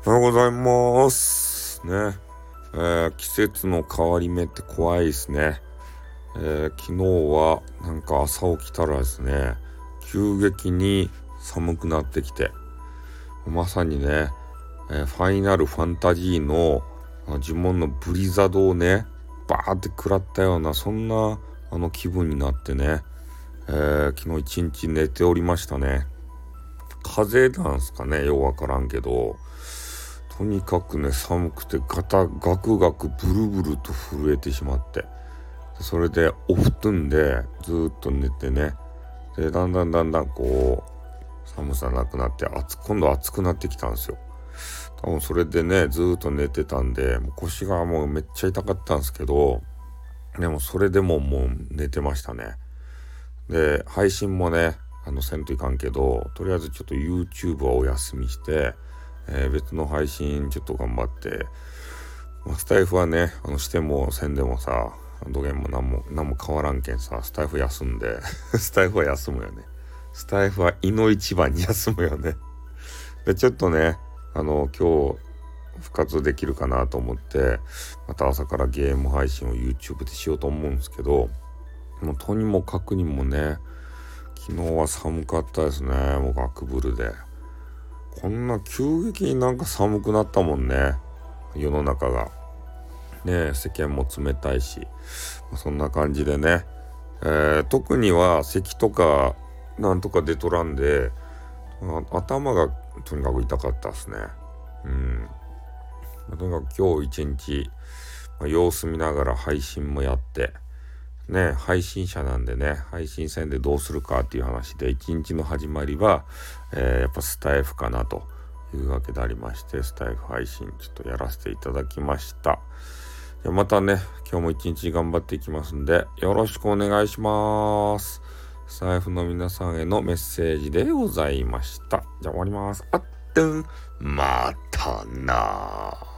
おはようございますね。季節の変わり目って怖いですね。昨日はなんか朝起きたらですね、急激に寒くなってきて、まさにね、ファイナルファンタジーの呪文のブリザドをねバーって食らったような、そんな気分になってね、昨日一日寝ておりましたね。風邪なんすかね、ようわからんけど、とにかくね寒くてガクガクブルブルと震えてしまって、それでお布団でずーっと寝てね、でだんだんこう寒さなくなって今度暑くなってきたんですよ。多分それでねずーっと寝てたんで、もう腰がもうめっちゃ痛かったんですけど、でもそれでももう寝てましたね。で配信もねせんといかんけど、とりあえずちょっと YouTube はお休みして、別の配信ちょっと頑張って、スタイフはねしてもせんでもさ、どげんも何も変わらんけんさ、スタイフ休んでスタイフは休むよね。スタイフは胃の一番に休むよね。でちょっとね今日復活できるかなと思って、また朝からゲーム配信を YouTube でしようと思うんですけど、もうとにもかくにもね昨日は寒かったですね。もうガクブルで、こんな急激になんか寒くなったもんね、世の中がね。世間も冷たいし、そんな感じでね、特には咳とかなんとか出とらんで、頭がとにかく痛かったですね。とにかく今日一日、様子見ながら配信もやってね、配信者なんでね、配信戦でどうするかっていう話で、一日の始まりは、やっぱスタイフかなというわけでありまして、スタイフ配信ちょっとやらせていただきました。またね今日も一日頑張っていきますんで、よろしくお願いします。スタイフの皆さんへのメッセージでございました。じゃあ終わります。あっまたな。